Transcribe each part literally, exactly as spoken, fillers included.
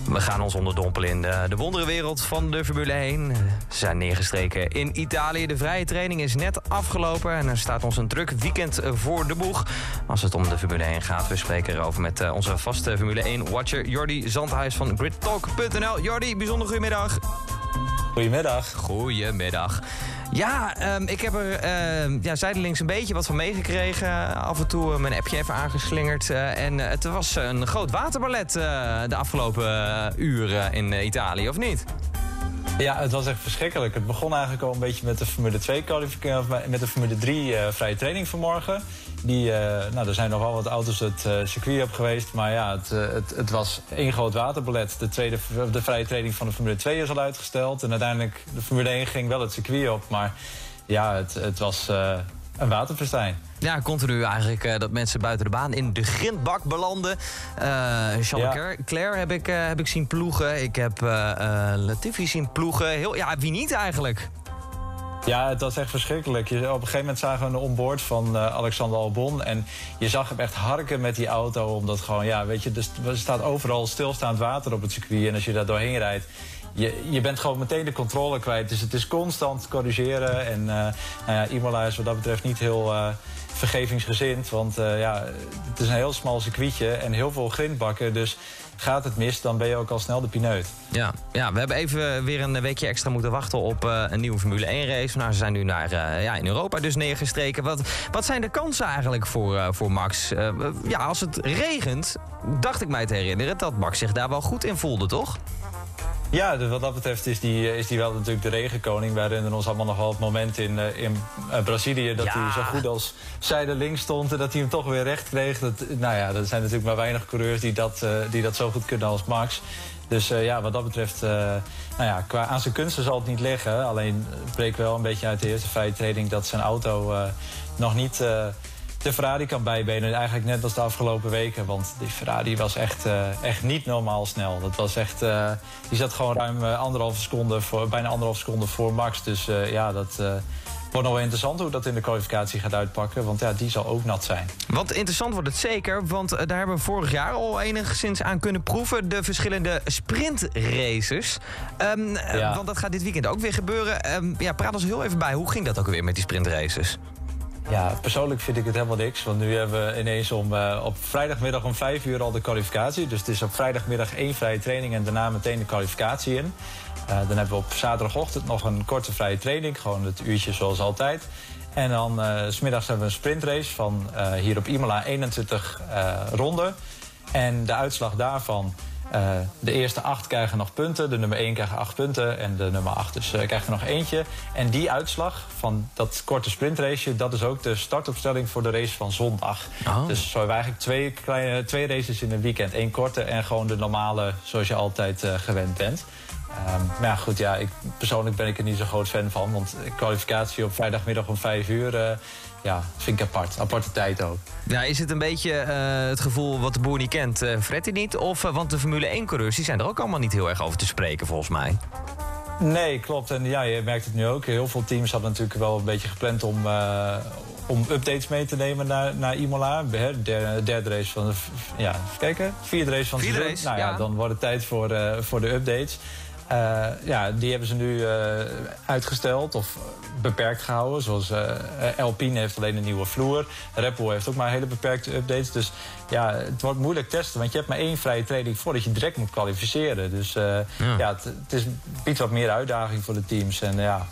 We gaan ons onderdompelen in de, de wonderenwereld van de Formule één. Ze zijn neergestreken in Italië. De vrije training is net afgelopen en er staat ons een druk weekend voor de boeg. Als het om de Formule één gaat, we spreken erover met onze vaste Formule één-watcher Jordi Zandhuis van gridtalk punt n l. Jordi, bijzonder goedemiddag. Goedemiddag. Goedemiddag. Ja, um, ik heb er uh, ja, zijdelings een beetje wat van meegekregen. Af en toe uh, mijn appje even aangeslingerd. Uh, en uh, het was een groot waterballet uh, de afgelopen uh, uren in uh, Italië, of niet? Ja, het was echt verschrikkelijk. Het begon eigenlijk al een beetje met de Formule twee kwalificatie, met de Formule drie uh, vrije training vanmorgen. Die, uh, nou, er zijn nog wel wat auto's het uh, circuit op geweest. Maar ja, het, uh, het, het was één groot waterballet. De, tweede, de vrije training van de Formule twee is al uitgesteld. En uiteindelijk, de Formule één ging wel het circuit op. Maar ja, het, het was uh, een waterfestijn. Ja, continu eigenlijk uh, dat mensen buiten de baan in de grindbak belanden. Uh, Charles ja. Leclerc heb ik, uh, heb ik zien ploegen. Ik heb uh, uh, Latifi zien ploegen. Heel, ja, wie niet eigenlijk? Ja, het was echt verschrikkelijk. Je, op een gegeven moment zagen we een onboard van uh, Alexander Albon. En je zag hem echt harken met die auto. Omdat gewoon, ja, weet je, er staat overal stilstaand water op het circuit. En als je daar doorheen rijdt, je, je bent gewoon meteen de controle kwijt. Dus het is constant corrigeren. En uh, nou ja, Imola is wat dat betreft niet heel uh, vergevingsgezind. Want uh, ja, het is een heel smal circuitje en heel veel grindbakken. Dus gaat het mis, dan ben je ook al snel de pineut. Ja, ja, we hebben even weer een weekje extra moeten wachten op uh, een nieuwe Formule één race. Nou, ze zijn nu naar, uh, ja, in Europa dus neergestreken. Wat, wat zijn de kansen eigenlijk voor, uh, voor Max? Uh, ja, als het regent, dacht ik mij te herinneren dat Max zich daar wel goed in voelde, toch? Ja, wat dat betreft is die, is die wel natuurlijk de regenkoning. We herinneren ons allemaal nog wel het moment in, in uh, Brazilië dat ja. hij zo goed als zijde links stond en dat hij hem toch weer recht kreeg. Dat, nou ja, er zijn natuurlijk maar weinig coureurs die dat, uh, die dat zo goed kunnen als Max. Dus uh, ja, wat dat betreft, uh, nou ja, qua aan zijn kunsten zal het niet liggen. Alleen het bleek wel een beetje uit de eerste vrije training dat zijn auto uh, nog niet Uh, de Ferrari kan bijbenen, eigenlijk net als de afgelopen weken. Want die Ferrari was echt, uh, echt niet normaal snel. Dat was echt, uh, die zat gewoon ruim uh, anderhalve seconde voor, bijna anderhalve seconde voor Max. Dus uh, ja, dat uh, wordt nog wel interessant hoe dat in de kwalificatie gaat uitpakken. Want ja, die zal ook nat zijn. Want interessant wordt het zeker, want uh, daar hebben we vorig jaar al enigszins aan kunnen proeven. De verschillende sprintraces. Um, ja. uh, want dat gaat dit weekend ook weer gebeuren. Um, ja, praat ons heel even bij. Hoe ging dat ook weer met die sprintraces? Ja, persoonlijk vind ik het helemaal niks. Want nu hebben we ineens om, uh, op vrijdagmiddag om vijf uur al de kwalificatie. Dus het is op vrijdagmiddag één vrije training en daarna meteen de kwalificatie in. Uh, dan hebben we op zaterdagochtend nog een korte vrije training. Gewoon het uurtje zoals altijd. En dan uh, 's middags hebben we een sprintrace van uh, hier op Imola eenentwintig uh, ronden. En de uitslag daarvan, Uh, de eerste acht krijgen nog punten, de nummer één krijgt acht punten en de nummer acht dus uh, krijgt er nog eentje. En die uitslag van dat korte sprintrace, dat is ook de startopstelling voor de race van zondag. Oh. Dus zo hebben we eigenlijk twee, kleine, twee races in een weekend. Eén korte en gewoon de normale zoals je altijd uh, gewend bent. Um, maar ja, goed, ja, ik, persoonlijk ben ik er niet zo groot fan van. Want kwalificatie op vrijdagmiddag om vijf uur, uh, ja, vind ik apart. Aparte tijd ook. Ja, is het een beetje uh, het gevoel wat de boer niet kent, uh, Fred hij niet? Of, uh, want de Formule één-coureurs die zijn er ook allemaal niet heel erg over te spreken, volgens mij. Nee, klopt. En ja, je merkt het nu ook. Heel veel teams hadden natuurlijk wel een beetje gepland om, uh, om updates mee te nemen naar, naar Imola. De derde, derde race van de... Ja, even kijken. Vierde race van de Vierde race, Nou ja, ja, dan wordt het tijd voor, uh, voor de updates. Uh, ja, die hebben ze nu uh, uitgesteld of beperkt gehouden. Zoals uh, Alpine heeft alleen een nieuwe vloer. Red Bull heeft ook maar hele beperkte updates. Dus ja, het wordt moeilijk testen. Want je hebt maar één vrije training voordat je direct moet kwalificeren. Dus uh, ja, ja het, het is, biedt wat meer uitdaging voor de teams. En ja,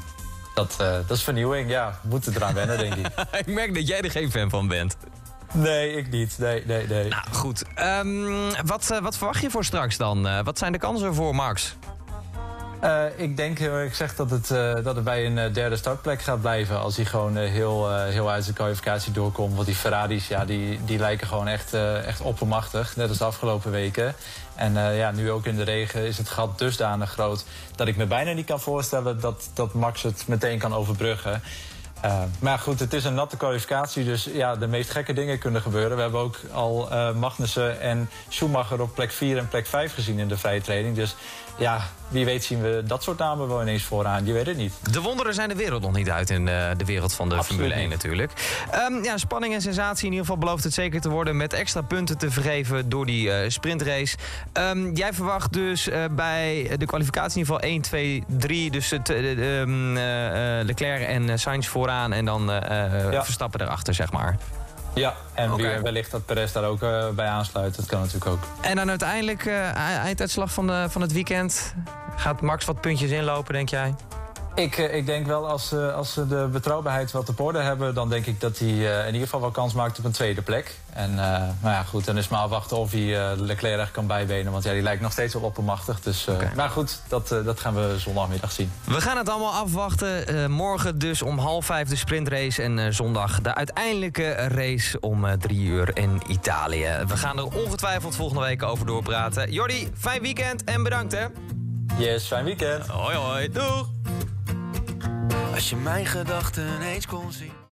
dat, uh, dat is vernieuwing. Ja, we moeten eraan wennen, denk ik. Ik merk dat jij er geen fan van bent. Nee, ik niet. Nee, nee, nee. Nou, goed. Um, wat, uh, wat verwacht je voor straks dan? Uh, wat zijn de kansen voor Max? Uh, ik denk, ik zeg dat het, uh, dat het bij een uh, derde startplek gaat blijven. Als hij gewoon uh, heel, uh, heel uit zijn kwalificatie doorkomt. Want die Ferraris, ja, die, die lijken gewoon echt, uh, echt oppermachtig. Net als de afgelopen weken. En uh, ja, nu ook in de regen is het gat dusdanig groot dat ik me bijna niet kan voorstellen dat, dat Max het meteen kan overbruggen. Uh, maar goed, het is een natte kwalificatie, dus ja, de meest gekke dingen kunnen gebeuren. We hebben ook al uh, Magnussen en Schumacher op plek vier en plek vijf gezien in de vrije training. Dus ja, wie weet zien we dat soort namen wel ineens vooraan. Je weet het niet. De wonderen zijn de wereld nog niet uit in uh, de wereld van de Absoluut Formule één niet. natuurlijk. Um, ja, spanning en sensatie. In ieder geval belooft het zeker te worden met extra punten te vergeven door die uh, sprintrace. Um, jij verwacht dus uh, bij de kwalificatie in ieder geval één, twee, drie. Dus het, uh, um, uh, Leclerc en uh, Sainz vooraan en dan uh, ja. Verstappen erachter, zeg maar. Ja, en okay. weer wellicht dat Perez daar ook uh, bij aansluit. Dat kan natuurlijk ook. En dan uiteindelijk, uh, einduitslag van, de, van het weekend. Gaat Max wat puntjes inlopen, denk jij? Ik, uh, ik denk wel, als, uh, als ze de betrouwbaarheid wat op orde hebben... dan denk ik dat hij uh, in ieder geval wel kans maakt op een tweede plek. En uh, nou ja, goed, dan is maar afwachten of hij uh, Leclerc echt kan bijbenen. Want ja, die lijkt nog steeds wel oppermachtig. Dus, uh, okay. Maar goed, dat, uh, dat gaan we zondagmiddag zien. We gaan het allemaal afwachten. Uh, morgen dus om half vijf de sprintrace. En uh, zondag de uiteindelijke race om uh, drie uur in Italië. We gaan er ongetwijfeld volgende week over doorpraten. Jordi, fijn weekend en bedankt hè. Yes, fijn weekend. Hoi hoi, doeg. Als je mijn gedachten eens kon zien.